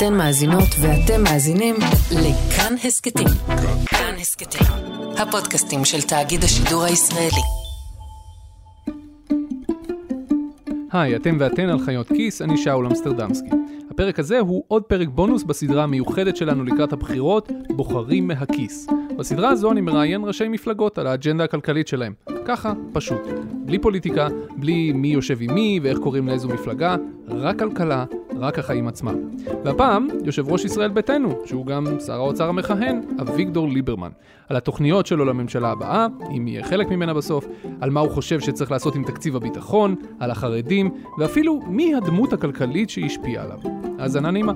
אתן מאזינות ואתם מאזינים לכאן הסקטים. כאן הסקטים, הפודקאסטים של תאגיד השידור הישראלי. היי, אתם ואתן על חיות כיס, אני שאול אמסטרדמסקי. הפרק הזה הוא עוד פרק בונוס בסדרה המיוחדת שלנו לקראת הבחירות, בוחרים מהכיס. בסדרה הזו אני מראיין ראשי מפלגות על האג'נדה הכלכלית שלהם. ככה, פשוט. בלי פוליטיקה, בלי מי יושב עם מי ואיך קוראים לאיזו מפלגה, רק כלכלה, רק החיים עצמם. והפעם, יושב ראש ישראל ביתנו, שהוא גם שר האוצר המכהן, אביגדור ליברמן. על התוכניות שלו לממשלה הבאה, אם יהיה חלק ממנה בסוף, על מה הוא חושב שצריך לעשות עם תקציב הביטחון, על החרדים, ואפילו מי הדמות הכלכלית שהשפיעה עליו. האזנה נעימה.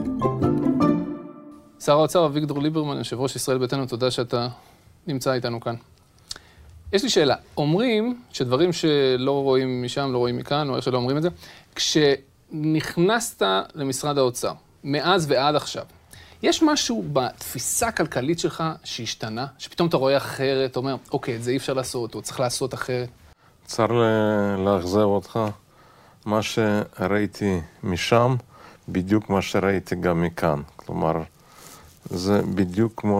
שר האוצר אביגדור ליברמן, יושב ראש ישראל ביתנו, תודה שאתה נמצא איתנו כאן. יש לי שאלה, אומרים שדברים שלא רואים משם, לא רואים מכאן, או איך שלא אומרים את זה, כשנכנסת למשרד האוצר, מאז ועד עכשיו, יש משהו בתפיסה הכלכלית שלך שהשתנה? שפתאום אתה רואה אחרת, אתה אומר, אוקיי, את זה אי אפשר לעשות, או צריך לעשות אחרת? צר לאכזב אותך, מה שראיתי משם, בדיוק מה שראיתי גם מכאן. כלומר, זה בדיוק כמו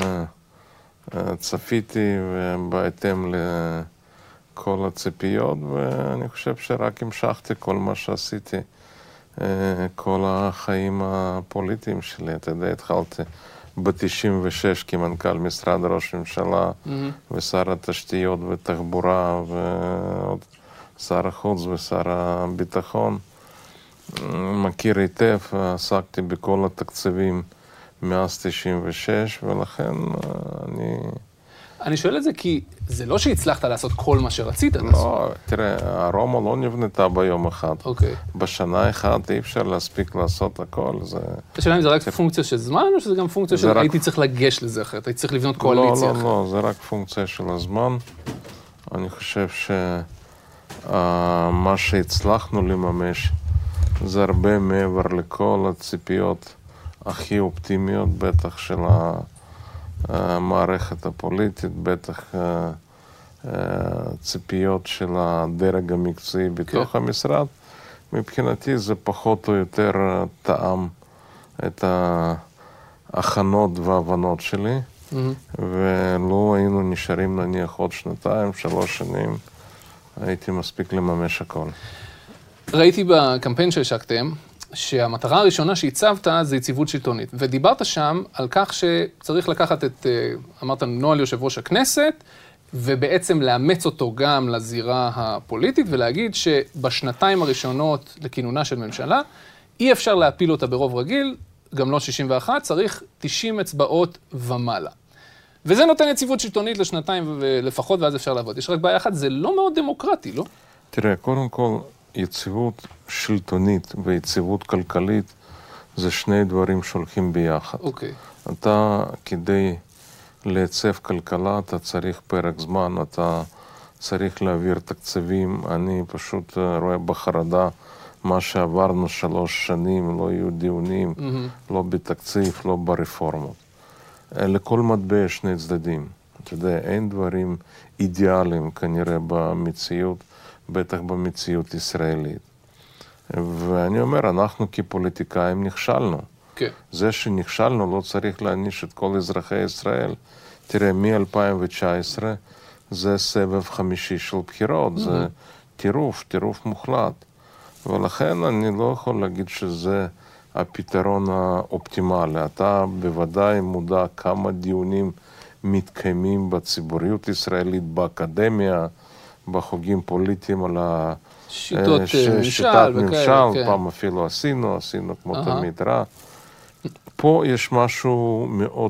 שצפיתי בהתאם לכל הציפיות, ואני חושב שרק המשכתי כל מה שעשיתי, כל החיים הפוליטיים שלי. אתה יודע, התחלתי ב-96 כמנכ"ל משרד ראש הממשלה, ושר התשתיות ותחבורה, ועוד שר החוץ ושר הביטחון. מכיר היטב, עסקתי בכל התקציבים מאז 96, ולכן אני שואל את זה כי זה לא שהצלחת לעשות כל מה שרצית לעשות. לא, תראה, הרומא לא נבנתה ביום אחד. אוקיי. בשנה אחת אי אפשר להספיק לעשות הכל. השאלה אם זה רק פונקציה של זמן, או שזה גם פונקציה של הייתי צריך לגש לזה אחרת, הייתי צריך לבנות קואליציה אחרת? לא, זה רק פונקציה של הזמן. אני חושב שמה שהצלחנו לממש זה הרבה מעבר לכל הציפיות הכי אופטימיות, בטח של המערכת הפוליטית, בטח ציפיות של הדרג המקצועי בתוך המשרד. מבחינתי זה פחות או יותר טעם את ההכנות וההבנות שלי, ולא היינו נשארים נניח עוד 2-3 שנים, הייתי מספיק לממש הכל. ראיתי בקמפיין שהשקתם, שהמטרה הראשונה שהצבת זה יציבות שלטונית. ודיברת שם על כך שצריך לקחת את, אמרת, נוהל יושב ראש הכנסת, ובעצם לאמץ אותו גם לזירה הפוליטית, ולהגיד שבשנתיים הראשונות לכינונה של ממשלה, אי אפשר להפיל אותה ברוב רגיל, גם לא 61, צריך 90 אצבעות ומעלה. וזה נותן יציבות שלטונית לשנתיים לפחות, ואז אפשר לעבוד. יש רק בעיה אחת, זה לא מאוד דמוקרטי, לא? תראה, קודם כל, יציבות שלטונית ויציבות כלכלית זה שני דברים שהולכים ביחד. אוקיי. אתה, כדי לייצב כלכלה, אתה צריך פרק זמן, אתה צריך להעביר תקציבים. אני פשוט רואה בחרדה מה שעברנו 3 שנים, לא היו דיונים, לא בתקציב, לא ברפורמות. לכל מטבע יש שני צדדים. אתה יודע, אין דברים אידיאליים כנראה במציאות, בטח במציאות ישראלית. ואני אומר, אנחנו כפוליטיקאים נכשלנו. כן. זה שנכשלנו לא צריך להעניש את כל אזרחי ישראל. תראה, מ-2019 זה סבב חמישי של בחירות, זה טירוף מוחלט. ולכן אני לא יכול להגיד שזה הפתרון האופטימלי. אתה בוודאי מודע כמה דיונים מתקיימים בציבוריות ישראלית, באקדמיה, בחוגים פוליטיים על שיטות ממשל, פעם אפילו עשינו כמו תמיד רע. פה יש משהו מאוד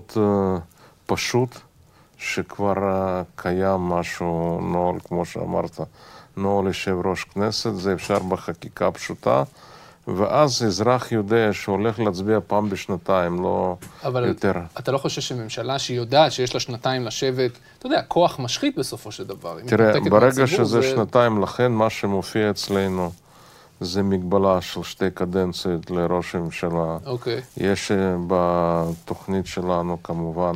פשוט, שכבר קיים משהו, נוהל, כמו שאמרת, נוהל יושב ראש כנסת, זה אפשר בחקיקה פשוטה, ואז אזרח יודע שהולך להצביע פעם בשנתיים, לא יותר. אבל אתה לא חושב שממשלה שהיא יודעת שיש לה 2 לשבת, אתה יודע, כוח משחית בסופו של דבר. תראה, ברגע שזה 2, לכן מה שמופיע אצלנו זה מגבלה של 2 קדנציות לראש הממשלה. אוקיי. יש בתוכנית שלנו כמובן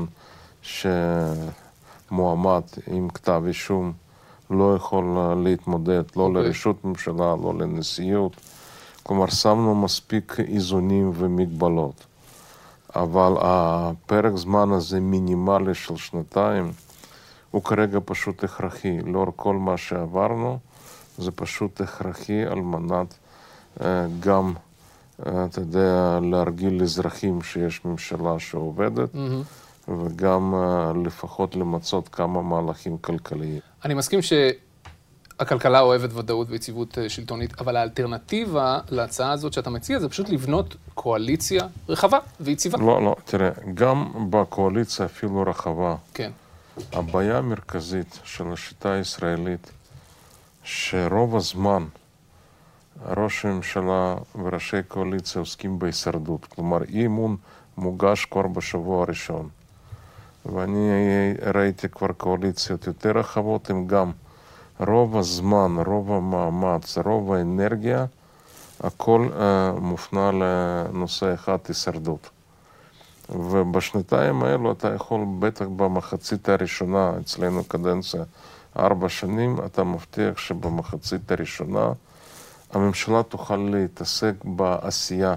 שמועמד עם כתב אישום לא יכול להתמודד, לא לראשות ממשלה, לא לנשיאות. כלומר, שמנו מספיק איזונים ומגבלות. אבל הפרק זמן הזה מינימלי של שנתיים, הוא כרגע פשוט הכרחי. לאור כל מה שעברנו, זה פשוט הכרחי על מנת גם, אתה יודע, להרגיל לאזרחים שיש ממשלה שעובדת, וגם לפחות למצות כמה מהלכים כלכליים. אני מסכים שהכלכלה אוהבת ודאות ויציבות שלטונית, אבל האלטרנטיבה להצעה הזאת שאתה מציע זה פשוט לבנות קואליציה רחבה ויציבה. לא, תראה, גם בקואליציה אפילו רחבה. כן. הבעיה המרכזית של השיטה הישראלית, שרוב הזמן ראש הממשלה וראשי קואליציה עוסקים בהישרדות. כלומר, אי אמון מוגש כבר בשבוע הראשון. ואני ראיתי כבר קואליציות יותר רחבות, הם גם רוב הזמן, רוב המאמץ, רוב האנרגיה, הכל מופנה לנושא אחד, הישרדות. ובשנתיים האלו אתה יכול, בטח במחצית הראשונה, אצלנו קדנציה 4 שנים, אתה מבטיח שבמחצית הראשונה הממשלה תוכל להתעסק בעשייה.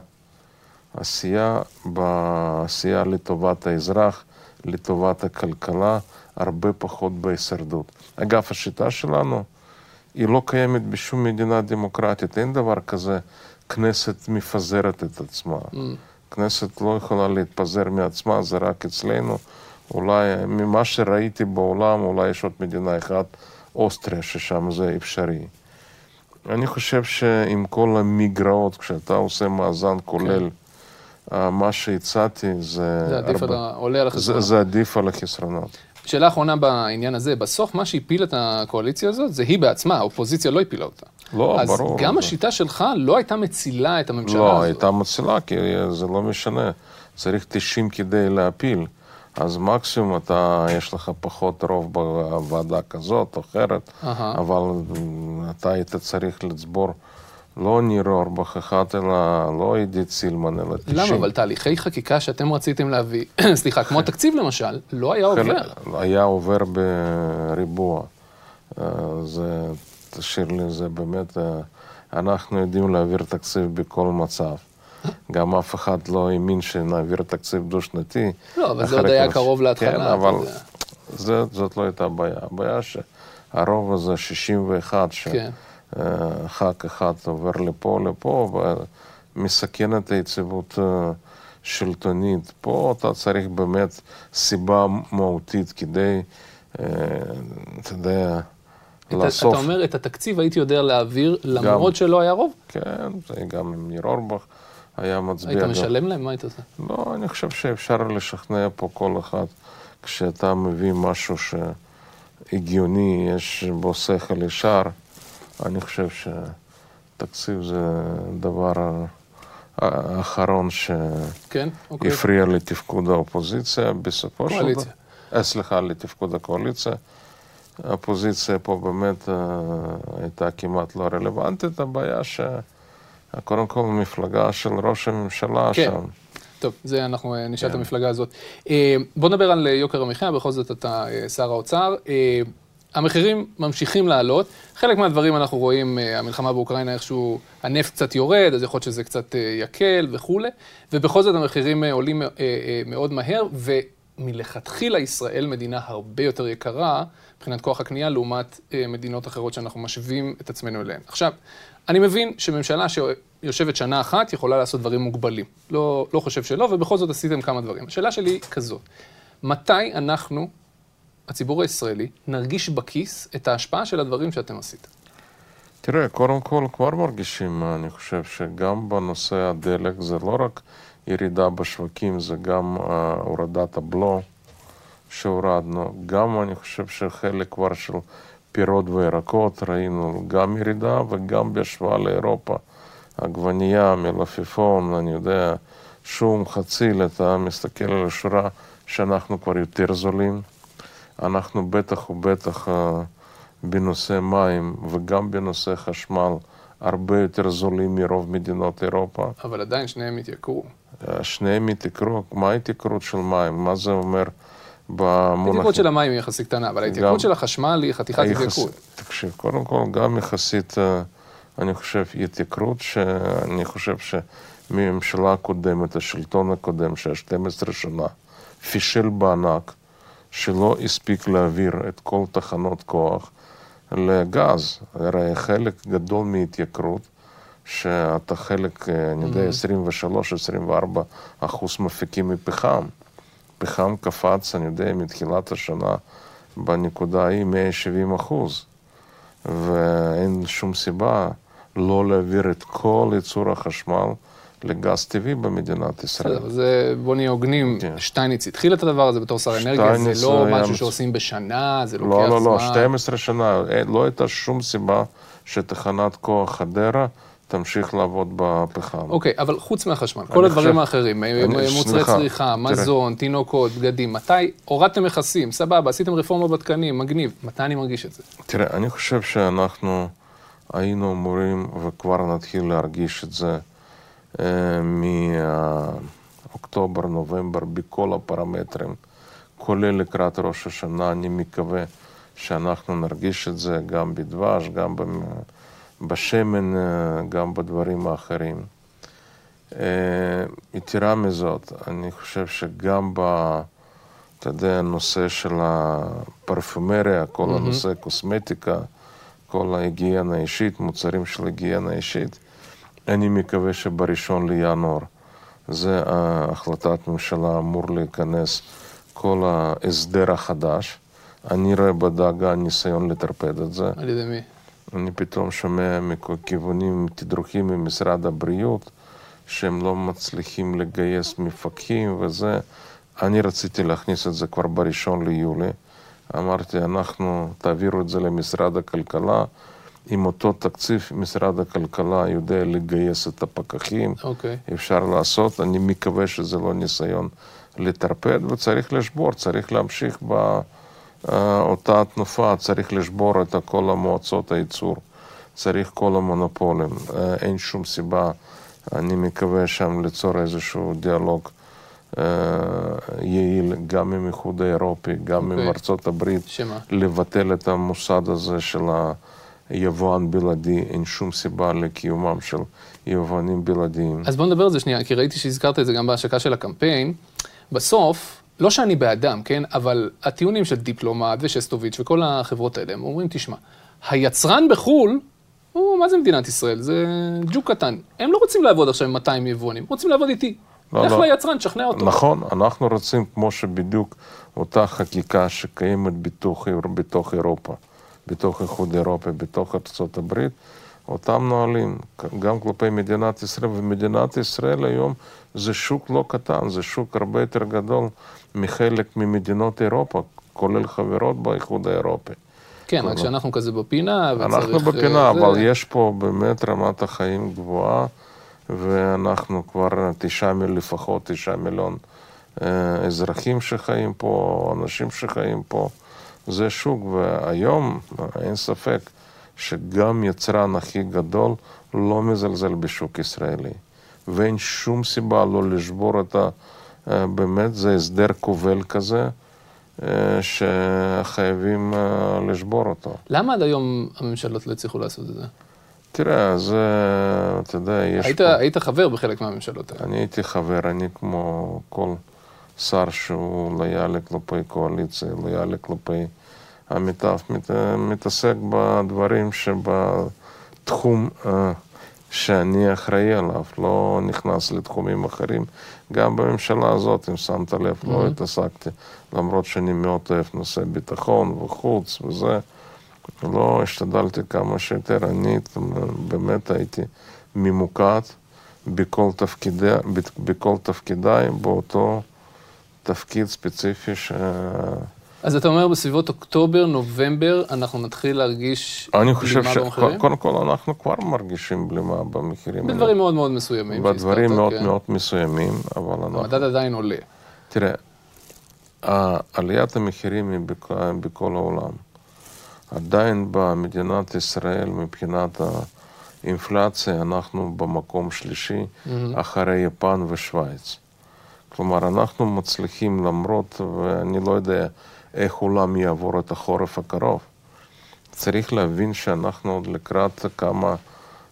בעשייה לטובת האזרח, לטובת הכלכלה, הרבה פחות בהישרדות. אגב, השיטה שלנו היא לא קיימת בשום מדינה דמוקרטית. אין דבר כזה, כנסת מפזרת את עצמה. כנסת לא יכולה להתפזר מעצמה, זה רק אצלנו. אולי, ממה שראיתי בעולם, אולי יש עוד מדינה אחת, אוסטריה, ששם זה אפשרי. אני חושב שעם כל המגרעות, כשאתה עושה מאזן כולל, מה שהצעתי זה עדיף על החסרונות. שאלה אחרונה בעניין הזה, בסוף מה שהפיל את הקואליציה הזאת, זה היא בעצמה, האופוזיציה לא הפילה אותה. לא, ברור. אז גם השיטה שלך לא הייתה מצילה את הממשלה הזאת. לא, הייתה מצילה, כי זה לא משנה. צריך 90 כדי להפיל. אז מקסימום יש לך פחות רוב בוועדה כזאת או אחרת, אבל אתה היית צריך לצבור לא ניר אורבך אחד, אלא לא עידית סילמן, אלא 90. למה? אבל תהליכי חקיקה שאתם רציתם להביא, סליחה, כמו התקציב למשל, לא היה עובר. היה עובר בריבוע. תשאיר לי, זה באמת, אנחנו יודעים להעביר תקציב בכל מצב. גם אף אחד לא האמין שנעביר תקציב דו-שנתי. לא, אבל זה עוד היה קרוב להתחלה. כן, אבל זאת לא הייתה הבעיה. הבעיה שהרוב הזה 61, שח"כ אחד עובר לפה, ומסכן את היציבות שלטונית. פה אתה צריך באמת סיבה מהותית כדי, אתה יודע, לאסוף. אתה אומר, את התקציב הייתי יודע להעביר למרות שלא היה רוב? כן, זה גם עם ניר אורבך. היה מצביע. היית משלם להם? מה היית עושה? לא, אני חושב שאפשר לשכנע פה כל אחד, כשאתה מביא משהו שהגיוני, יש בו שכל ישר, אני חושב שתקציב זה דבר האחרון שהפריע לתפקוד האופוזיציה, בסופו של דבר. סליחה, לתפקוד הקואליציה. האופוזיציה פה באמת הייתה כמעט לא רלוונטית, הבעיה קודם כל מפלגה של ראש הממשלה כן. שם. טוב, זה אנחנו נשאל את המפלגה הזאת. בוא נדבר על יוקר המחיה, בכל זאת אתה שר האוצר. המחירים ממשיכים לעלות. חלק מהדברים אנחנו רואים, המלחמה באוקראינה איכשהו, הנפט קצת יורד, אז יכול להיות שזה קצת יקל וכו'. ובכל זאת המחירים עולים מאוד מהר, ומלכתחילה ישראל מדינה הרבה יותר יקרה, מבחינת כוח הקנייה, לעומת מדינות אחרות שאנחנו משווים את עצמנו אליהן. עכשיו, אני מבין שממשלה שיושבת שנה אחת יכולה לעשות דברים מוגבלים. לא חושב שלא, ובכל זאת עשיתם כמה דברים. השאלה שלי היא כזאת, מתי אנחנו, הציבור הישראלי, נרגיש בכיס את ההשפעה של הדברים שאתם עשיתם? תראה, קודם כל כבר מרגישים, אני חושב שגם בנושא הדלק זה לא רק ירידה בשווקים, זה גם הורדת הבלו שהורדנו. גם אני חושב שחלק כבר של פירות וירקות ראינו גם ירידה וגם בהשוואה לאירופה. עגבנייה, מלפפון, אני יודע, שום, חציל, אתה מסתכל על השורה שאנחנו כבר יותר זולים. אנחנו בטח ובטח בנושא מים וגם בנושא חשמל הרבה יותר זולים מרוב מדינות אירופה. אבל עדיין שניהם התייקרו. שניהם התייקרו, מה ההתייקרות של מים? מה זה אומר במונחים? ההתייקרות של המים היא יחסית קטנה, אבל ההתייקרות של החשמל היא חתיכת התייקרות. תקשיב, קודם כל גם יחסית אני חושב, התייקרות שאני חושב שמממשלה הקודמת, השלטון הקודם, שה-12 שנה, פישל בענק, שלא הספיק להעביר את כל תחנות כוח לגז. הרי חלק גדול מהתייקרות, שאתה חלק, אני יודע, 23-24% מפיקים מפחם. פחם קפץ, אני יודע, מתחילת השנה בנקודה היא 170%. ואין שום סיבה לא להעביר את כל ייצור החשמל לגז טבעי במדינת ישראל. זה, בוא נהיה הוגנים, שטייניץ התחיל את הדבר הזה בתור שר אנרגיה, זה לא משהו שעושים בשנה, זה לוקח זמן. לא, 12 שנה, לא הייתה שום סיבה שתחנת כוח חדרה תמשיך לעבוד בפחם. אוקיי, אבל חוץ מהחשמל, כל הדברים האחרים, מוצרי צריכה, מזון, תינוקות, בגדים, מתי הורדתם מכסים, סבבה, עשיתם רפורמה בתקנים, מגניב, מתי אני מרגיש את זה? תראה, אני חושב שאנחנו היינו אמורים וכבר נתחיל להרגיש את זה מאוקטובר, נובמבר, בכל הפרמטרים, כולל לקראת ראש השנה. אני מקווה שאנחנו נרגיש את זה גם בדבש, גם בשמן, גם בדברים האחרים. יתרה מזאת, אני חושב שגם אתה יודע, הנושא של הפרפומריה, כל הנושא קוסמטיקה, כל ההיגיינה האישית, מוצרים של ההיגיינה האישית, אני מקווה שבראשון לינואר, זה החלטת ממשלה אמור להיכנס כל ההסדר החדש. אני רואה בדאגה ניסיון לטרפד את זה. על ידי מי? אני פתאום שומע מכיוונים תדרוכים ממשרד הבריאות, שהם לא מצליחים לגייס מפקחים וזה. אני רציתי להכניס את זה כבר בראשון ליולי. אמרתי, תעבירו את זה למשרד הכלכלה. עם אותו תקציב, משרד הכלכלה יודע לגייס את הפקחים. אפשר לעשות. אני מקווה שזה לא ניסיון לטרפד, וצריך לשבור, צריך להמשיך אותה תנופה, צריך לשבור את כל המועצות הייצור, צריך כל המונופולים. אין שום סיבה, אני מקווה שם ליצור איזשהו דיאלוג יעיל, גם עם איחוד האירופי, גם עם ארצות הברית, לבטל את המוסד הזה של היבואן בלעדי. אין שום סיבה לקיומם של יבואנים בלעדיים. אז בוא נדבר על זה שנייה, כי ראיתי שהזכרת את זה גם בהשקה של הקמפיין. בסוף, לא שאני באדם, כן? אבל הטיעונים של דיפלומט ושסטוביץ' וכל החברות האלה, הם אומרים, תשמע, היצרן בחול, מה זה מדינת ישראל? זה ג'וק קטן. הם לא רוצים לעבוד עכשיו עם 200 יבואנים, רוצים לעבוד איתי. לך ליצרן, תשכנע אותו. נכון, אנחנו רוצים, כמו שבדיוק אותה חקיקה שקיימת בתוך אירופה, בתוך איחוד אירופה, בתוך ארצות הברית, אותם נועלים, גם כלפי מדינת ישראל, ומדינת ישראל היום זה שוק לא קטן, זה שוק הרבה יותר גדול מחלק ממדינות אירופה, כולל חברות באיחוד האירופי. כן, רק שאנחנו כזה בפינה, אנחנו בפינה, אבל יש פה באמת רמת החיים גבוהה, ואנחנו כבר לפחות 9 מיליון אזרחים שחיים פה, אנשים שחיים פה. זה שוק, והיום אין ספק שגם יצרן הכי גדול לא מזלזל בשוק ישראלי. ואין שום סיבה לא לשבור את באמת, זה הסדר כובל כזה, שחייבים לשבור אותו. למה עד היום הממשלות לא הצליחו לעשות את זה? תראה, אתה יודע, יש פה... היית חבר בחלק מהממשלות האלה. אני הייתי חבר, אני כמו כל שר שהוא לויאלי כלפי קואליציה, לויאלי כלפי עמיתיו, מתעסק בדברים שבתחום שאני אחראי עליו, לא נכנס לתחומים אחרים. גם בממשלה הזאת, אם שמת לב, לא התעסקתי, למרות שאני מאוד אוהב נושא ביטחון וחוץ וזה, לא השתדלתי כמה שיותר. אני באמת הייתי ממוקד בכל תפקידיי, באותו תפקיד ספציפי אז אתה אומר בסביבות אוקטובר, נובמבר, אנחנו נתחיל להרגיש בלימה במחירים? קודם כל אנחנו כבר מרגישים בלימה במחירים. בדברים מאוד מאוד מסוימים. בדברים מאוד מאוד מסוימים, אבל המדד עדיין עולה. תראה, עליית המחירים היא בכל העולם. עדיין במדינת ישראל, מבחינת האינפלציה, אנחנו במקום שלישי, אחרי יפן ושוויץ. כלומר, אנחנו מצליחים למרות, ואני לא יודע איך עולם יעבור את החורף הקרוב. צריך להבין שאנחנו עוד לקראת כמה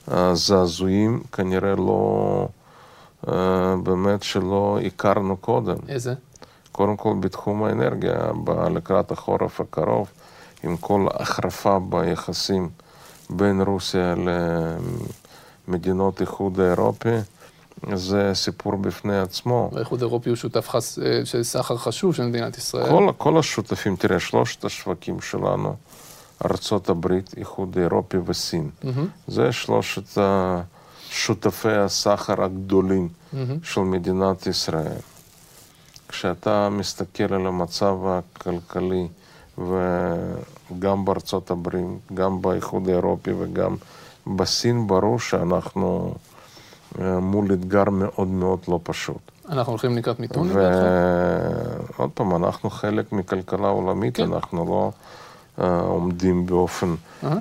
זעזועים כנראה לא, באמת שלא הכרנו קודם. איזה? קודם כל בתחום האנרגיה, לקראת החורף הקרוב, עם כל החרפה ביחסים בין רוסיה למדינות איחוד האירופי, זה סיפור בפני עצמו. והאיחוד האירופי הוא שותף של סחר חשוב של מדינת ישראל. כל השותפים, תראה, שלושת השווקים שלנו, ארצות הברית, איחוד האירופי וסין. זה שלושת שותפי הסחר הגדולים של מדינת ישראל. כשאתה מסתכל על המצב הכלכלי, וגם בארצות הברית, גם באיחוד האירופי וגם בסין, ברור שאנחנו מול אתגר מאוד מאוד לא פשוט. אנחנו הולכים לקראת מיתון? ועוד פעם, אנחנו חלק מכלכלה עולמית, כן. אנחנו לא עומדים באופן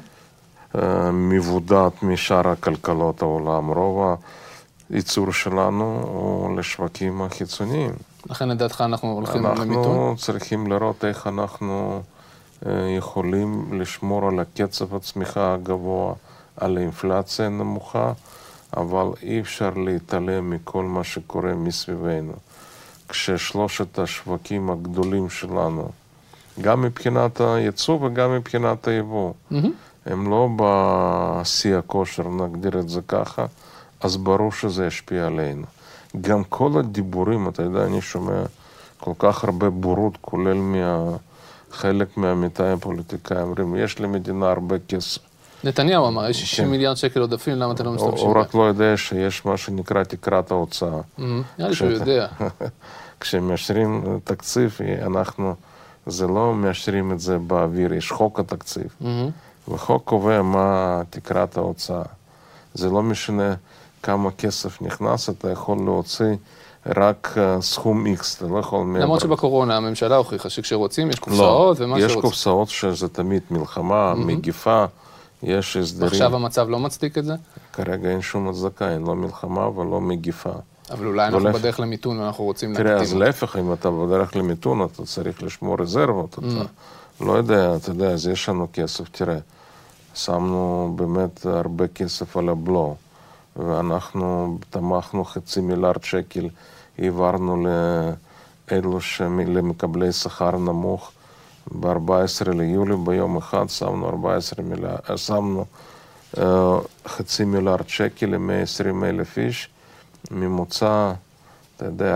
מבודד משאר הכלכלות העולם. רוב הייצור שלנו הוא לשווקים החיצוניים. לכן לדעתך אנחנו הולכים למיתון? אנחנו צריכים לראות איך אנחנו יכולים לשמור על הקצב הצמיחה הגבוה, על האינפלציה הנמוכה, אבל אי אפשר להתעלם מכל מה שקורה מסביבנו. כששלושת השווקים הגדולים שלנו, גם מבחינת הייצוא וגם מבחינת היבוא, הם לא בשיא הכושר, נגדיר את זה ככה, אז ברור שזה ישפיע עלינו. גם כל הדיבורים, אתה יודע, אני שומע כל כך הרבה בורות, כולל חלק מעמיתיי הפוליטיקאים, אומרים, יש למדינה הרבה כסף. נתניהו אמר, יש 60 מיליארד שקל עודפים, למה אתם לא משתמשים? הוא רק לא יודע שיש מה שנקרא תקרת ההוצאה. נראה לי שהוא יודע. כשמאשרים תקציב, זה לא מאשרים את זה באוויר, יש חוק התקציב. וחוק קובע מה תקרת ההוצאה. זה לא משנה כמה כסף נכנס, אתה יכול להוציא רק סכום X, אתה לא יכול... למרות שבקורונה הממשלה הוכיחה שכשרוצים יש קופסאות ומה שרוצים. יש קופסאות שזה תמיד מלחמה, מגיפה, יש הסדרים. עכשיו המצב לא מצדיק את זה? כרגע אין שום הצדקה, אין לא מלחמה ולא מגיפה. אבל אולי אנחנו בדרך למיתון ואנחנו רוצים להקטין. תראה, אז להפך, אם אתה בדרך למיתון, אתה צריך לשמור רזרבות, אתה לא יודע, אתה יודע, אז יש לנו כסף, תראה, שמנו באמת הרבה כסף על הבלו, ואנחנו תמכנו 500 מיליארד שקל, העברנו לאלו למקבלי שכר נמוך, ב-14 ליולי ביום אחד שמנו 500 מיליארד שקל ל-120,000 איש, ממוצע, אתה יודע,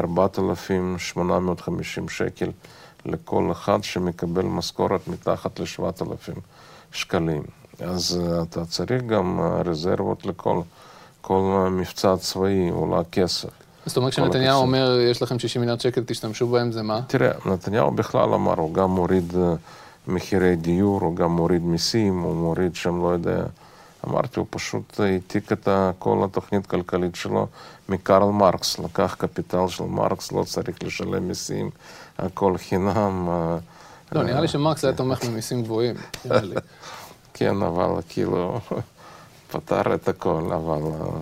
4,850 שקל לכל אחד שמקבל משכורת מתחת ל-7,000 שקלים. אז אתה צריך גם רזרבות כל מבצע צבאי, עולה כסף. זאת אומרת, כשנתניהו אומר, יש לכם 60 מיליארד שקל, תשתמשו בהם, זה מה? תראה, נתניהו בכלל אמר, הוא גם מוריד מחירי דיור, הוא גם מוריד מיסים, הוא מוריד שם, לא יודע, אמרתי, הוא פשוט העתיק את כל התוכנית הכלכלית שלו מקרל מרקס, לקח קפיטל של מרקס, לא צריך לשלם מיסים, הכל חינם. לא, נראה לי שמרקס היה תומך במיסים גבוהים, נראה לי. כן, אבל כאילו, פתר את הכל, אבל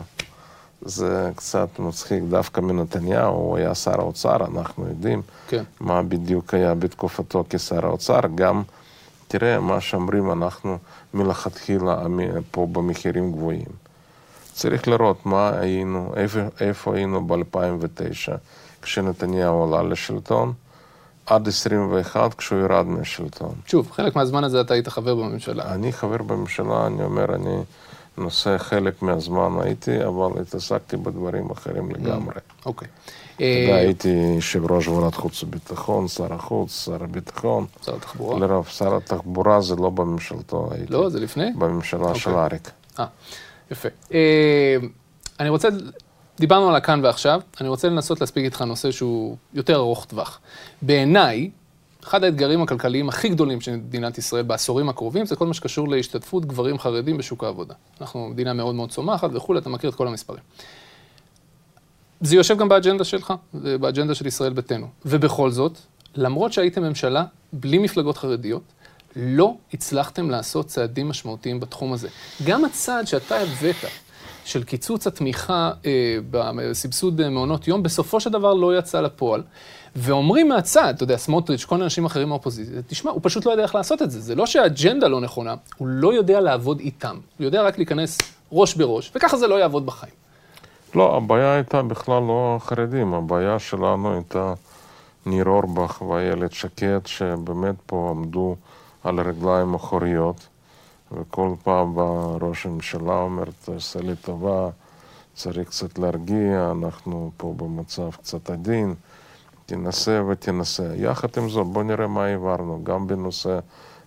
זה קצת מצחיק, דווקא מנתניהו, הוא היה שר האוצר, אנחנו יודעים מה בדיוק היה בתקופתו כשר האוצר, גם, תראה, מה שאומרים, אנחנו מלכתחילה פה במחירים גבוהים. צריך לראות מה היינו, איפה היינו ב-2009, כשנתניהו עלה לשלטון, עד 21 כשהוא ירד מהשלטון. שוב, חלק מהזמן הזה אתה היית חבר בממשלה. אני חבר בממשלה, אני אומר, אני נושא חלק מהזמן הייתי, אבל התעסקתי בדברים אחרים לגמרי. אוקיי. הייתי יושב ראש ועדת חוץ וביטחון, שר החוץ, שר הביטחון. שר התחבורה? לרוב, שר התחבורה זה לא בממשלתו. לא, זה לפני? בממשלה של אריק. יפה. אני רוצה... דיברנו על הכאן ועכשיו, אני רוצה לנסות להספיק איתך נושא שהוא יותר ארוך טווח. בעיניי, אחד האתגרים הכלכליים הכי גדולים של מדינת ישראל בעשורים הקרובים, זה כל מה שקשור להשתתפות גברים חרדים בשוק העבודה. אנחנו מדינה מאוד מאוד צומחת וכו', אתה מכיר את כל המספרים. זה יושב גם באג'נדה שלך, באג'נדה של ישראל ביתנו. ובכל זאת, למרות שהייתם ממשלה בלי מפלגות חרדיות, לא הצלחתם לעשות צעדים משמעותיים בתחום הזה. גם הצעד שאתה הבאת, של קיצוץ התמיכה בסבסוד מעונות יום, בסופו של דבר לא יצא לפועל. ואומרים מהצד, אתה יודע, סמוטריץ', כל אנשים אחרים מהאופוזיציה, תשמע, הוא פשוט לא יודע איך לעשות את זה. זה לא שהאג'נדה לא נכונה, הוא לא יודע לעבוד איתם. הוא יודע רק להיכנס ראש בראש, וככה זה לא יעבוד בחיים. לא, הבעיה הייתה בכלל לא החרדים, הבעיה שלנו הייתה ניר אורבך ואיילת שקד, שבאמת פה עמדו על רגליים אחוריות, וכל פעם בא ראש הממשלה אומר, תעשה לי טובה, צריך קצת להרגיע, אנחנו פה במצב קצת עדין, תנסה ותנסה. יחד עם זאת, בוא נראה מה העברנו, גם בנושא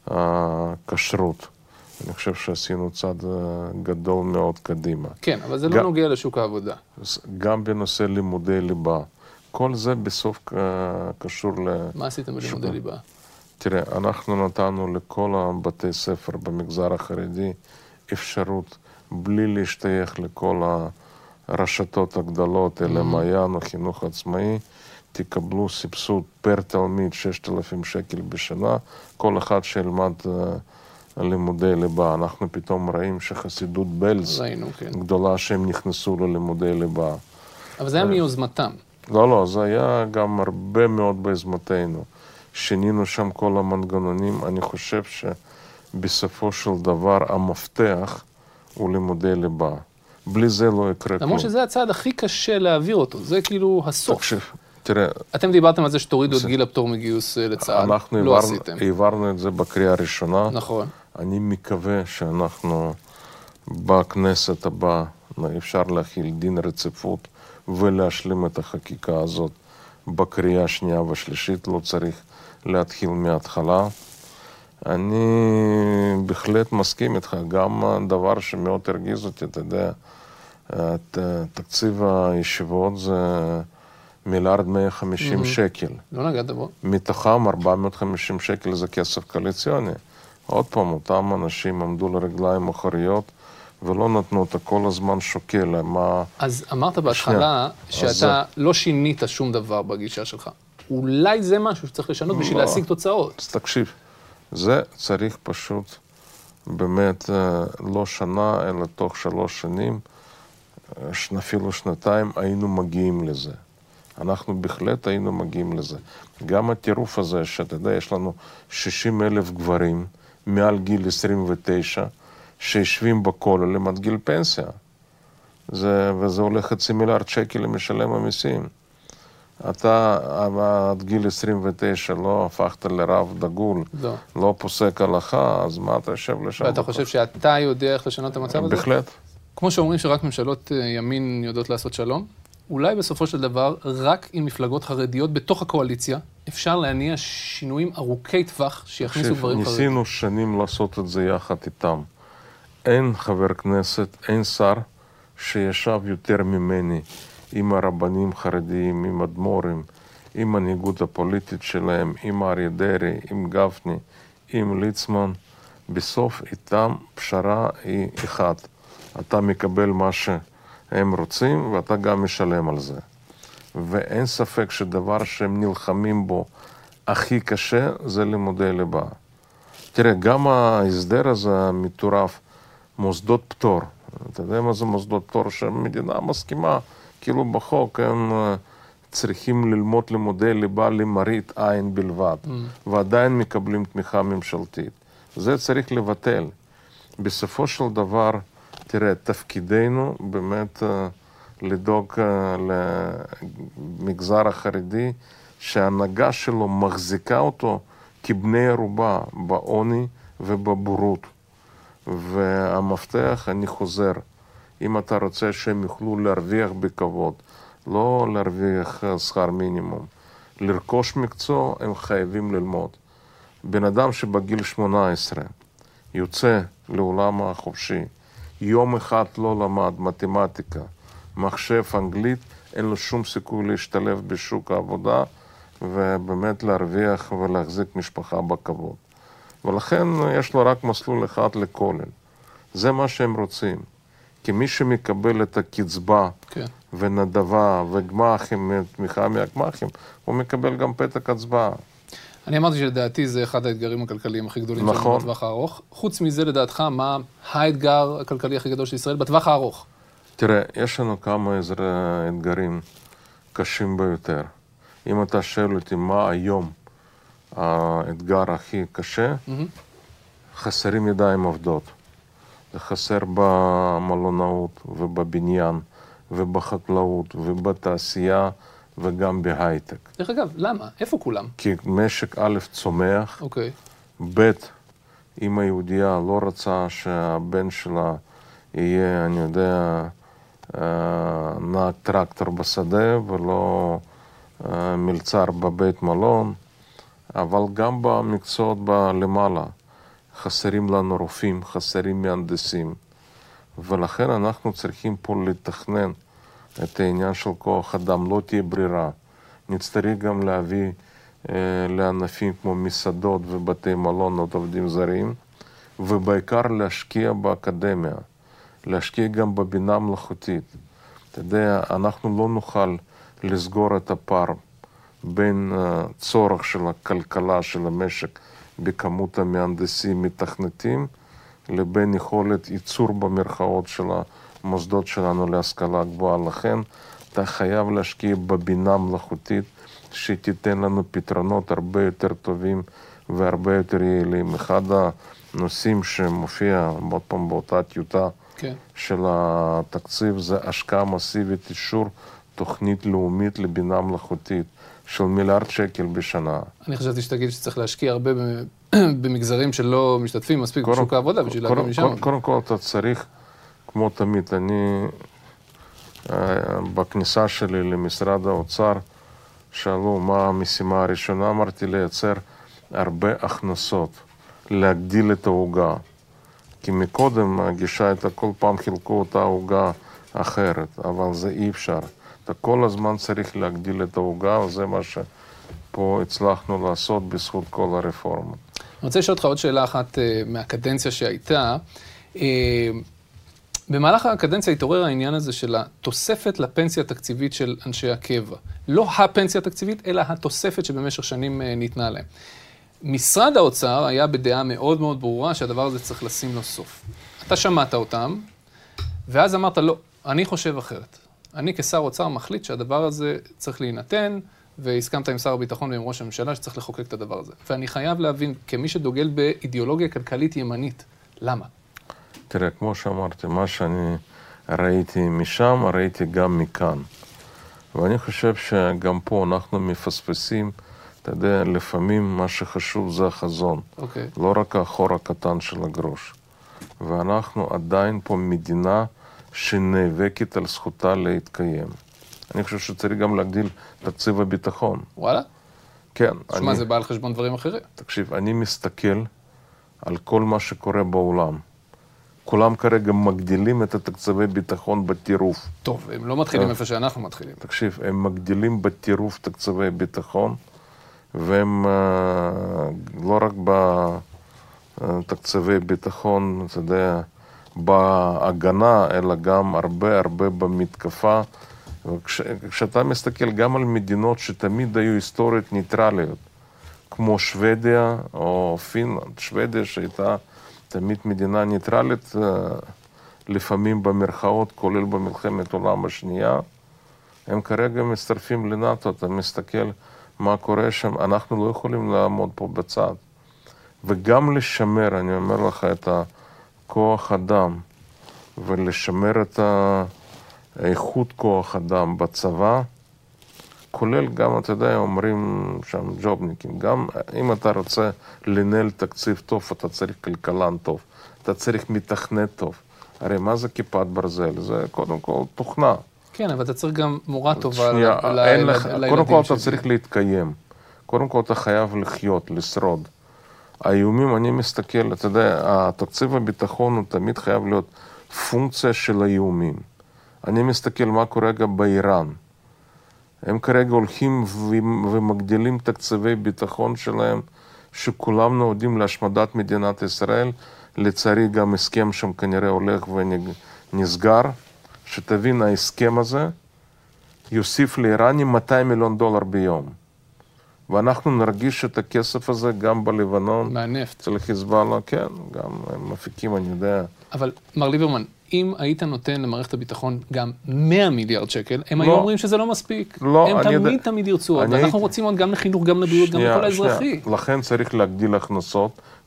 הכשרות. אני חושב שעשינו צעד גדול מאוד קדימה. כן, אבל זה לא נוגע לשוק העבודה. גם בנושא לימודי ליבה. כל זה בסוף קשור מה עשיתם בלימודי ליבה? תראה, אנחנו נתנו לכל הבתי ספר במגזר החרדי אפשרות, בלי להשתייך לכל הרשתות הגדולות, אלא מעיין או חינוך עצמאי, תקבלו סבסוד פר תלמיד 6,000 שקל בשנה, כל אחד שילמד לימודי ליבה. אנחנו פתאום רואים שחסידות בלז גדולה שהם נכנסו ללימודי ליבה. אבל זה היה מיוזמתם. לא, זה היה גם הרבה מאוד ביוזמתנו. שינינו שם כל המנגנונים. אני חושב שבסופו של דבר המפתח הוא לימודי ליבה. בלי זה לא יקרה כלום. למרות שזה הצעד הכי קשה להעביר אותו, זה כאילו הסוף. תקשיב, תראה... אתם דיברתם על זה שתורידו את גיל הפטור מגיוס לצה"ל, לא עשיתם. אנחנו העברנו את זה בקריאה הראשונה. נכון. אני מקווה שאנחנו בכנסת הבאה אפשר להכיל דין רציפות ולהשלים את החקיקה הזאת בקריאה שנייה ושלישית, לא צריך להתחיל מההתחלה. אני בהחלט מסכים איתך, גם דבר שמאוד הרגיז אותי, אתה יודע, תקציב הישיבות זה 1.150 מיליארד שקל. לא נגעת בו. מתוכם 450 שקל זה כסף קואליציוני. עוד פעם, אותם אנשים עמדו לרגליים אחוריות, ולא נתנו אותה כל הזמן שוקל מה... אז אמרת בהתחלה שאתה לא שינית שום דבר בגישה שלך. אולי זה משהו שצריך לשנות בשביל להשיג תוצאות. אז תקשיב, זה צריך פשוט באמת לא שנה, אלא תוך 3 שנים, אפילו שנתיים, היינו מגיעים לזה. אנחנו בהחלט היינו מגיעים לזה. גם הטירוף הזה, שאתה יודע, יש לנו 60,000 גברים מעל גיל 29, שישבים בכוללים עד גיל פנסיה. וזה עולה 500 מיליארד שקל למשלם המיסים. אתה עד גיל 29 לא הפכת לרב דגול, לא פוסק הלכה, אז מה אתה יושב לשם? ואתה חושב שאתה יודע איך לשנות את המצב הזה? בהחלט. כמו שאומרים שרק ממשלות ימין יודעות לעשות שלום, אולי בסופו של דבר, רק עם מפלגות חרדיות בתוך הקואליציה, אפשר להניע שינויים ארוכי טווח שיכניסו דברים חרדיים. ניסינו שנים לעשות את זה יחד איתם. אין חבר כנסת, אין שר שישב יותר ממני עם הרבנים חרדיים, עם אדמו"רים, עם מנהיגות הפוליטית שלהם, עם אריה דרעי, עם גפני, עם ליצמן. בסוף איתם פשרה היא אחת. אתה מקבל מה שהם רוצים ואתה גם משלם על זה. ואין ספק שדבר שהם נלחמים בו הכי קשה זה לימודי ליבה. תראה, גם ההסדר הזה המטורף, מוסדות פטור. אתה יודע מה זה מוסדות פטור? שהמדינה מסכימה, כאילו בחוק הם צריכים ללמוד לימודי ליבה למראית עין בלבד, ועדיין מקבלים תמיכה ממשלתית. זה צריך לבטל. בסופו של דבר, תראה, תפקידנו באמת לדאוג למגזר החרדי, שההנהגה שלו מחזיקה אותו כבני ערובה בעוני ובבורות. והמפתח, אני חוזר, אם אתה רוצה שהם יוכלו להרוויח בכבוד, לא להרוויח שכר מינימום, לרכוש מקצוע, הם חייבים ללמוד. בן אדם שבגיל 18 יוצא לעולם החופשי, יום אחד לא למד מתמטיקה, מחשב, אנגלית, אין לו שום סיכוי להשתלב בשוק העבודה, ובאמת להרוויח ולהחזיק משפחה בכבוד. ולכן יש לו רק מסלול אחד לכולל. זה מה שהם רוצים. כי מי שמקבל את הקצבה ונדבה וגמחים, תמיכה מהגמחים, הוא מקבל גם פתק הצבעה. אני אמרתי שלדעתי זה אחד האתגרים הכלכליים הכי גדולים שלנו בטווח הארוך. חוץ מזה, לדעתך, מה האתגר הכלכלי הכי גדול של ישראל בטווח הארוך? תראה, יש לנו כמה אתגרים קשים ביותר. אם אתה שואל אותי מה היום האתגר הכי קשה, חסרים ידיים עובדות. חסר במלונאות ובבניין ובחקלאות ובתעשייה וגם בהייטק. דרך אגב, למה? איפה כולם? כי משק א' צומח, אוקיי. ב' אם היהודייה לא רצה שהבן שלה יהיה, אני יודע, נהג טרקטור בשדה ולא מלצר בבית מלון, אבל גם במקצועות למעלה חסרים לנו רופאים, חסרים מהנדסים, ולכן אנחנו צריכים פה לתכנן את העניין של כוח אדם, לא תהיה ברירה. נצטרך גם להביא לענפים כמו מסעדות ובתי מלון עוד עובדים זרים, ובעיקר להשקיע באקדמיה, להשקיע גם בבינה מלאכותית. אתה יודע, אנחנו לא נוכל לסגור את הפער בין צורך של הכלכלה, של המשק, בכמות המהנדסים מתכנתים, לבין יכולת ייצור במרכאות של המוסדות שלנו להשכלה גבוהה. לכן אתה חייב להשקיע בבינה מלאכותית שתיתן לנו פתרונות הרבה יותר טובים והרבה יותר יעילים. אחד הנושאים שמופיע עוד פעם באותה טיוטה של התקציב זה השקעה מסיבית, אישור תוכנית לאומית לבינה מלאכותית של מיליארד שקל בשנה. אני חשבתי שתגיד שצריך להשקיע הרבה במגזרים שלא משתתפים מספיק בשוק העבודה בשביל להביא משם. קודם כל אתה צריך, כמו תמיד, אני בכניסה שלי למשרד האוצר שאלו מה המשימה הראשונה, אמרתי לייצר הרבה הכנסות, להגדיל את העוגה. כי מקודם הגישה הייתה כל פעם חילקו אותה עוגה אחרת, אבל זה אי אפשר. אתה כל הזמן צריך להגדיל את העוגה, וזה מה שפה הצלחנו לעשות בזכות כל הרפורמה. אני רוצה לשאול אותך עוד שאלה אחת מהקדנציה שהייתה. במהלך הקדנציה התעורר העניין הזה של התוספת לפנסיה התקציבית של אנשי הקבע. לא הפנסיה התקציבית, אלא התוספת שבמשך שנים ניתנה להם. משרד האוצר היה בדעה מאוד מאוד ברורה שהדבר הזה צריך לשים לו סוף. אתה שמעת אותם, ואז אמרת, לא, אני חושב אחרת. אני כשר אוצר מחליט שהדבר הזה צריך להינתן, והסכמת עם שר הביטחון ועם ראש הממשלה שצריך לחוקק את הדבר הזה. ואני חייב להבין, כמי שדוגל באידיאולוגיה כלכלית ימנית, למה? תראה, כמו שאמרתי, מה שאני ראיתי משם, ראיתי גם מכאן. ואני חושב שגם פה אנחנו מפספסים, אתה יודע, לפעמים מה שחשוב זה החזון. לא רק החור הקטן של הגרוש. ואנחנו עדיין פה מדינה שנאבקת על זכותה להתקיים. אני חושב שצריך גם להגדיל תקציב הביטחון. וואלה? כן. שמה זה בא על חשבון דברים אחרים? תקשיב, אני מסתכל על כל מה שקורה בעולם. כולם כרגע מגדילים את התקציבי ביטחון בטירוף. טוב, הם לא מתחילים איפה שאנחנו מתחילים. תקשיב, הם מגדילים בטירוף תקציבי ביטחון, והם לא רק בתקציבי ביטחון, אתה יודע, בהגנה, אלא גם הרבה במתקפה. כשאתה מסתכל גם על מדינות שתמיד היו היסטוריות ניטרליות, כמו שוודיה או פינלנד, שוודיה שהייתה תמיד מדינה ניטרלית, לפעמים במרכאות, כולל במלחמת העולם השנייה, הם כרגע מצטרפים לנאטו, אתה מסתכל מה קורה שם, אנחנו לא יכולים לעמוד פה בצד. וגם לשמר, אני אומר לך, את הכוח אדם, ולשמר את האיכות כוח אדם בצבא, כולל גם, אתה יודע, אומרים שם ג'ובניקים, גם אם אתה רוצה לנהל תקציב טוב, אתה צריך כלכלן טוב, אתה צריך מתכנת טוב. הרי מה זה כיפת ברזל? זה קודם כל תוכנה. כן, אבל אתה צריך גם מורה טובה לילדים. קודם כל אתה צריך להתקיים. קודם כל אתה חייב לחיות, לשרוד. האיומים, אני מסתכל, אתה יודע, התקציב הביטחון הוא תמיד חייב להיות פונקציה של האיומים. אני מסתכל מה קורה גם באיראן. הם כרגע הולכים ומגדילים תקציבי ביטחון שלהם, שכולם נועדים להשמדת מדינת ישראל. לצערי גם הסכם שם כנראה הולך ונסגר. שתבין, ההסכם הזה יוסיף לאיראנים $200 מיליון ביום. ואנחנו נרגיש את הכסף הזה גם בלבנון. מהנפט. אצל חיזבאללה, כן, גם הם מפיקים, אני יודע. אבל מר ליברמן, אם היית נותן למערכת הביטחון גם 100 מיליארד שקל, הם היו אומרים שזה לא מספיק. לא, הם תמיד ירצו עוד, ואנחנו רוצים עוד גם לחינוך, גם לבריאות, גם לכל האזרחי. לכן צריך להגדיל הכנסות,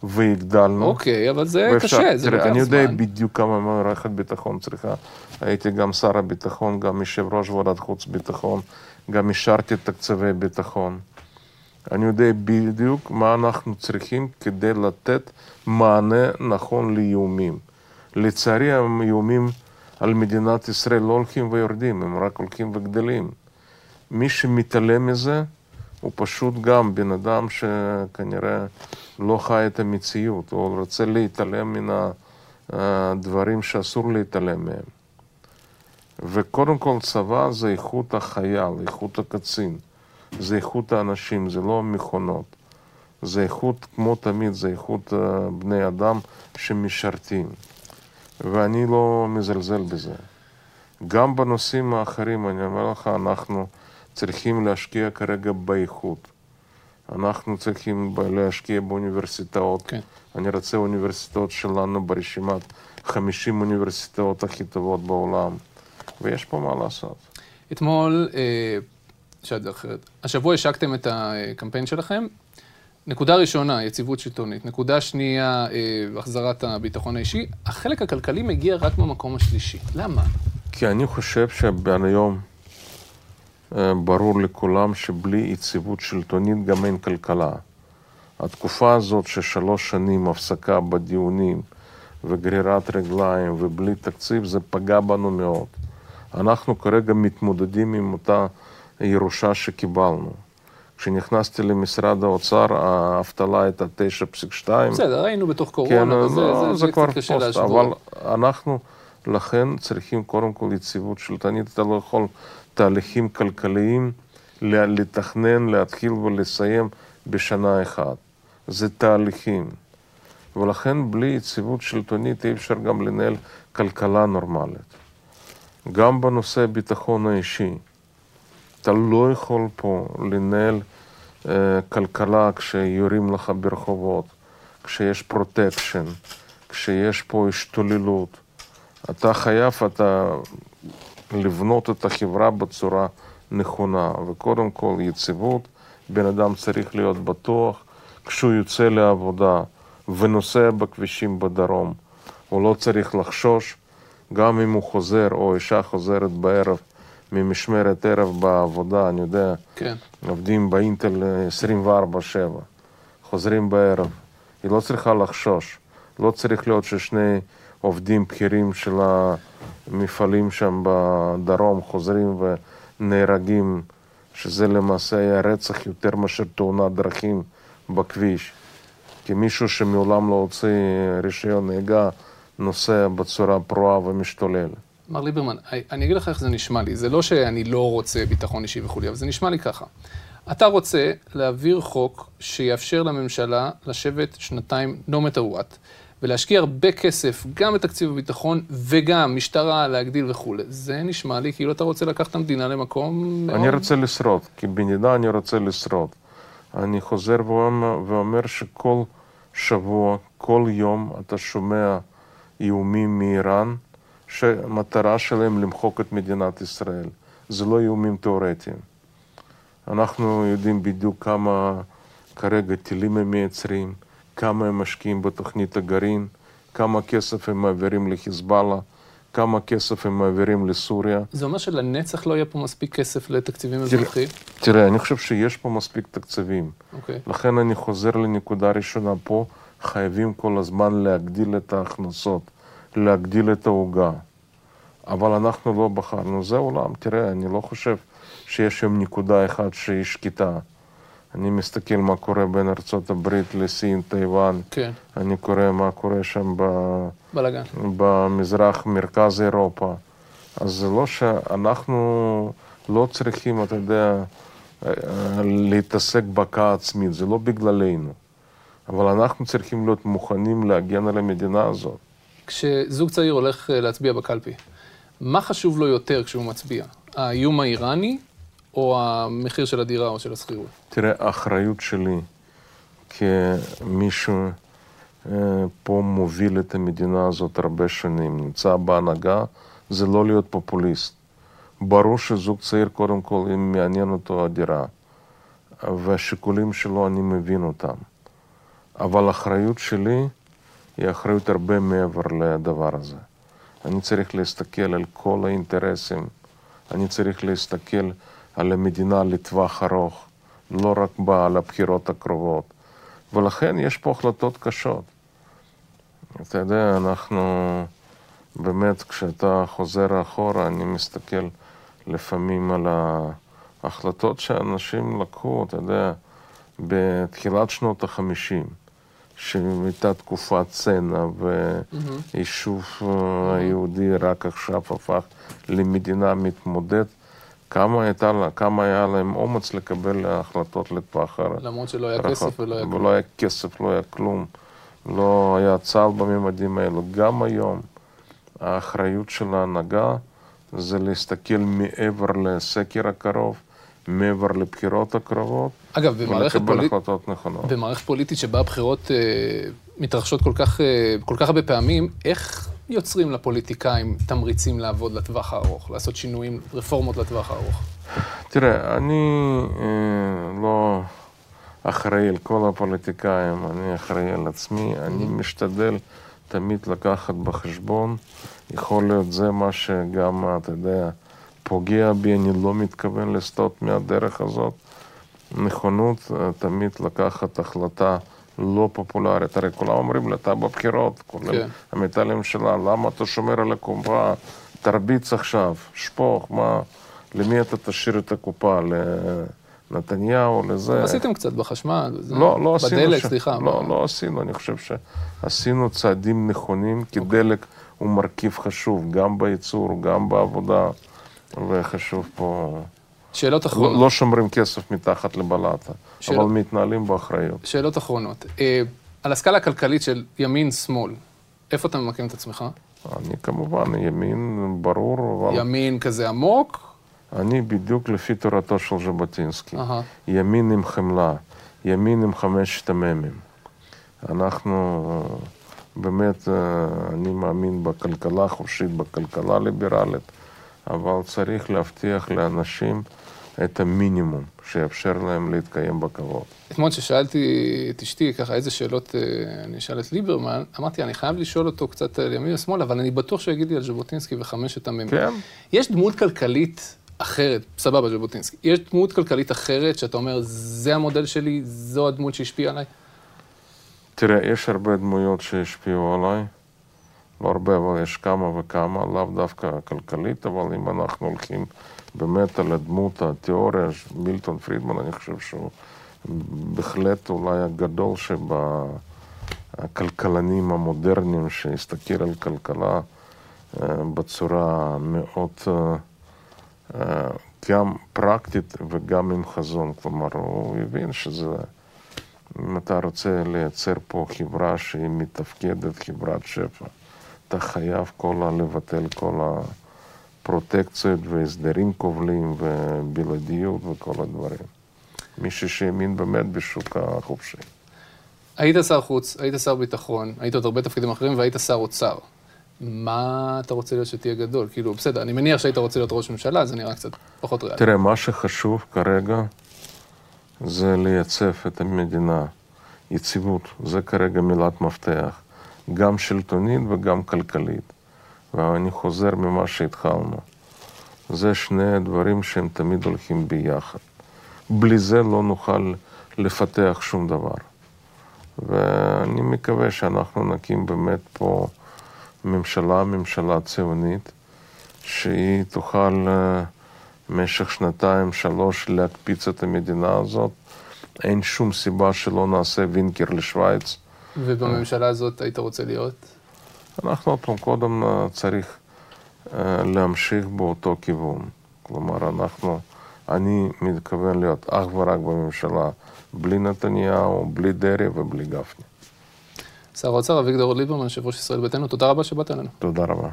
והגדלנו. אוקיי, אבל זה קשה, זה לוקח זמן. אני יודע בדיוק כמה מערכת ביטחון צריכה. הייתי גם שר הביטחון, גם יושב ראש ועדת חוץ ביטחון, גם השארתי תקציבי ביטחון. אני יודע בדיוק מה אנחנו צריכים כדי לתת מענה נכון לאיומים. לצערי, האיומים על מדינת ישראל לא הולכים ויורדים, הם רק הולכים וגדלים. מי שמתעלם מזה, הוא פשוט גם בן אדם שכנראה לא חי את המציאות, הוא רוצה להתעלם מן הדברים שאסור להתעלם מהם. וקודם כל צבא זה איכות החייל, איכות הקצין, זה איכות האנשים, זה לא מכונות. זה איכות, כמו תמיד, זה איכות בני אדם שמשרתים. ואני לא מזלזל בזה. גם בנושאים האחרים, אני אומר לך, אנחנו צריכים להשקיע כרגע באיכות. אנחנו צריכים להשקיע באוניברסיטאות. כן. אני רוצה אוניברסיטאות שלנו ברשימת 50 אוניברסיטאות הכי טובות בעולם. ויש פה מה לעשות. אתמול, השבוע השקתם את הקמפיין שלכם. נקודה ראשונה, יציבות שלטונית. נקודה שנייה, החזרת הביטחון האישי. החלק הכלכלי מגיע רק במקום השלישי. למה? כי אני חושב שהיום ברור לכולם שבלי יציבות שלטונית גם אין כלכלה. התקופה הזאת ש3 שנים הפסקה בדיונים וגרירת רגליים ובלי תקציב, זה פגע בנו מאוד. אנחנו כרגע מתמודדים עם אותה ירושה שקיבלנו. כשנכנסתי למשרד האוצר, האבטלה הייתה 9.2. בסדר, היינו בתוך קורונה, כן, זה כבר פוסט, אבל אנחנו לכן צריכים קודם כל יציבות שלטונית. אתה לא יכול תהליכים כלכליים לתכנן, להתחיל ולסיים בשנה אחת. זה תהליכים. ולכן בלי יציבות שלטונית אי אפשר גם לנהל כלכלה נורמלית. גם בנושא הביטחון האישי. אתה לא יכול פה לנהל כלכלה כשיורים לך ברחובות, כשיש פרוטקשן, כשיש פה השתוללות. אתה חייב לבנות את החברה בצורה נכונה, וקודם כל יציבות, בן אדם צריך להיות בטוח, כשהוא יוצא לעבודה ונוסע בכבישים בדרום, הוא לא צריך לחשוש, גם אם הוא חוזר או אישה חוזרת בערב, ממשמרת ערב בעבודה, אני יודע, כן. עובדים באינטל 24/7, חוזרים בערב, היא לא צריכה לחשוש, לא צריך להיות ששני עובדים בכירים של המפעלים שם בדרום חוזרים ונהרגים, שזה למעשה היה רצח יותר מאשר תאונת דרכים בכביש, כי מישהו שמעולם לא הוציא רישיון נהיגה נוסע בצורה פרועה ומשתולל. מר ליברמן, אני אגיד לך איך זה נשמע לי. זה לא שאני לא רוצה ביטחון אישי וכו', אבל זה נשמע לי ככה. אתה רוצה להעביר חוק שיאפשר לממשלה לשבת 2 no matter what, ולהשקיע הרבה כסף, גם בתקציב הביטחון וגם משטרה להגדיל וכו'. זה נשמע לי כאילו אתה רוצה לקחת את המדינה למקום מאוד... אני רוצה לשרוד, כי בנדע אני רוצה לשרוד. אני חוזר ואומר שכל שבוע, כל יום אתה שומע איומים מאיראן, שהמטרה שלהם למחוק את מדינת ישראל. זה לא איומים תיאורטיים. אנחנו יודעים בדיוק כמה כרגע טילים הם מייצרים, כמה הם משקיעים בתוכנית הגרעין, כמה כסף הם מעבירים לחיזבאללה, כמה כסף הם מעבירים לסוריה. זה אומר שלנצח לא יהיה פה מספיק כסף לתקציבים אזרחיים? תראה, אני חושב שיש פה מספיק תקציבים. אוקיי. לכן אני חוזר לנקודה ראשונה פה, חייבים כל הזמן להגדיל את ההכנסות, להגדיל את העוגה. אבל אנחנו לא בחרנו. זה עולם. תראה, אני לא חושב שיש שם נקודה אחת שהיא שקטה. אני מסתכל מה קורה בין ארצות הברית לסין, טייוואן. כן. אני קורא מה קורה שם בלגן. במזרח, מרכז אירופה. אז זה לא שאנחנו לא צריכים, אתה יודע, להתעסק בקעה עצמית. זה לא בגללנו. אבל אנחנו צריכים להיות מוכנים להגן על המדינה הזאת. כשזוג צעיר הולך להצביע בקלפי, מה חשוב לו יותר כשהוא מצביע? האיום האיראני או המחיר של הדירה או של השכירות? תראה, האחריות שלי כמישהו פה מוביל את המדינה הזאת הרבה שנים, נמצא בהנהגה, זה לא להיות פופוליסט. ברור שזוג צעיר קודם כל, אם מעניין אותו הדירה, והשיקולים שלו אני מבין אותם. אבל האחריות שלי היא אחריות הרבה מעבר לדבר הזה. אני צריך להסתכל על כל האינטרסים, אני צריך להסתכל על המדינה לטווח ארוך, לא רק על הבחירות הקרובות. ולכן יש פה החלטות קשות. אתה יודע, אנחנו באמת, כשאתה חוזר אחורה, אני מסתכל לפעמים על ההחלטות שאנשים לקחו, אתה יודע, בתחילת שנות ה-50, שהייתה תקופת צנע, ויישוב היהודי רק עכשיו הפך למדינה מתמודדת, כמה היה להם אומץ לקבל החלטות לטווח ארוך. למרות שלא היה כסף ולא היה כלום. ולא היה כסף, לא היה כלום. לא היה צה"ל בממדים האלו. גם היום האחריות של ההנהגה זה להסתכל מעבר לסקר הקרוב, מעבר לבחירות הקרובות, אגב, ולקבל החלטות נכונות. במערכת פוליטית שבה הבחירות מתרחשות כל כך הרבה פעמים, איך יוצרים לפוליטיקאים תמריצים לעבוד לטווח הארוך, לעשות שינויים, רפורמות לטווח הארוך? תראה, אני לא אחראי על כל הפוליטיקאים, אני אחראי על עצמי, אני משתדל תמיד לקחת בחשבון, יכול להיות זה מה שגם, אתה יודע, פוגע בי, אני לא מתכוון לסטות מהדרך הזאת. נכונות תמיד לקחת החלטה לא פופולרית. הרי כולם אומרים לי, אתה בבחירות, כולל המטלים שלה, למה אתה שומר על הקופה, תרביץ עכשיו, שפוך, מה, למי אתה תשאיר את הקופה, לנתניהו, לזה? עשיתם קצת בחשמל, לא עשינו. בדלק, סליחה. לא עשינו, אני חושב שעשינו צעדים נכונים, כי דלק הוא מרכיב חשוב, גם בייצור, גם בעבודה, וחשוב פה... שאלות אחרונות. לא שומרים כסף מתחת לבלטה, אבל מתנהלים באחריות. שאלות אחרונות. על הסקאלה הכלכלית של ימין-שמאל, איפה אתה ממקם את עצמך? אני כמובן ימין ברור, אבל... ימין כזה עמוק? אני בדיוק לפי תורתו של ז'בוטינסקי. ימין עם חמלה, ימין עם 5 המ"מים. אנחנו באמת, אני מאמין בכלכלה חופשית, בכלכלה ליברלית, אבל צריך להבטיח לאנשים את המינימום שיאפשר להם להתקיים בכבוד. אתמול ששאלתי את אשתי ככה איזה שאלות אני אשאל את ליברמן, אמרתי, אני חייב לשאול אותו קצת על ימין ושמאל, אבל אני בטוח שיגיד לי על ז'בוטינסקי ו5 המ"מים. כן. יש דמות כלכלית אחרת, סבבה ז'בוטינסקי, יש דמות כלכלית אחרת שאתה אומר, זה המודל שלי, זו הדמות שהשפיעה עליי? תראה, יש הרבה דמויות שהשפיעו עליי, לא הרבה, אבל יש כמה וכמה, לאו דווקא כלכלית, אבל אם אנחנו הולכים באמת על הדמות התיאוריה, מילטון פרידמן, אני חושב שהוא בהחלט אולי הגדול שבכלכלנים המודרניים שהסתכל על כלכלה בצורה מאוד גם פרקטית וגם עם חזון. כלומר, הוא הבין שזה, אם אתה רוצה לייצר פה חברה שהיא מתפקדת, חברת שפע, אתה חייב לבטל כל הפרוטקציות והסדרים כובלים ובלעדיות וכל הדברים. מישהו שהאמין באמת בשוק החופשי. היית שר חוץ, היית שר ביטחון, היית עוד הרבה תפקידים אחרים והיית שר אוצר. מה אתה רוצה להיות שתהיה גדול? כאילו, בסדר, אני מניח שהיית רוצה להיות ראש ממשלה, זה נראה קצת פחות ריאלי. תראה, מה שחשוב כרגע זה לייצב את המדינה. יציבות, זה כרגע מילת מפתח. גם שלטונית וגם כלכלית. ואני חוזר ממה שהתחלנו. זה שני דברים שהם תמיד הולכים ביחד. בלי זה לא נוכל לפתח שום דבר. ואני מקווה שאנחנו נקים באמת פה ממשלה ציונית, שהיא תוכל במשך 2-3 להקפיץ את המדינה הזאת. אין שום סיבה שלא נעשה וינקר לשוויץ. ובממשלה הזאת היית רוצה להיות? אנחנו פה קודם צריך להמשיך באותו כיוון. כלומר, אני מתכוון להיות אך ורק בממשלה, בלי נתניהו, בלי דרעי ובלי גפני. שר האוצר אביגדור ליברמן, יושב ראש ישראל ביתנו, תודה רבה שבאת אלינו. תודה רבה.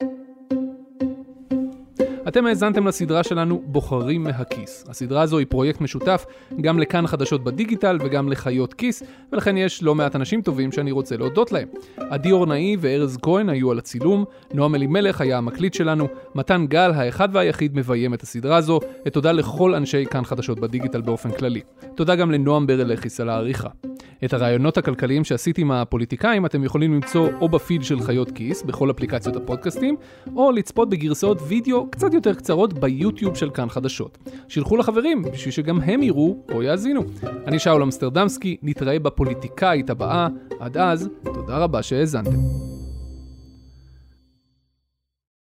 אתם האזנתם לסדרה שלנו בוחרים מהכיס. הסדרה הזו היא פרויקט משותף גם לכאן חדשות בדיגיטל וגם לחיות כיס, ולכן יש לא מעט אנשים טובים שאני רוצה להודות להם. עדי אורנאי וארז כהן היו על הצילום, נועם אלימלך היה המקליט שלנו, מתן גל האחד והיחיד מביים את הסדרה הזו, ותודה לכל אנשי כאן חדשות בדיגיטל באופן כללי. תודה גם לנועם ברלכיס על העריכה. את הרעיונות הכלכליים שעשיתי עם הפוליטיקאים אתם יכולים למצוא או בפיד של חיות כיס, בכל אפליקציות הפודקאסטים, או לצפות בגרסאות וידאו קצת יותר קצרות ביוטיוב של כאן חדשות. שילחו לחברים בשביל שגם הם יראו או יאזינו. אני שאול אמסטרדמסקי, נתראה בפוליטיקאית הבאה. עד אז, תודה רבה שהאזנתם.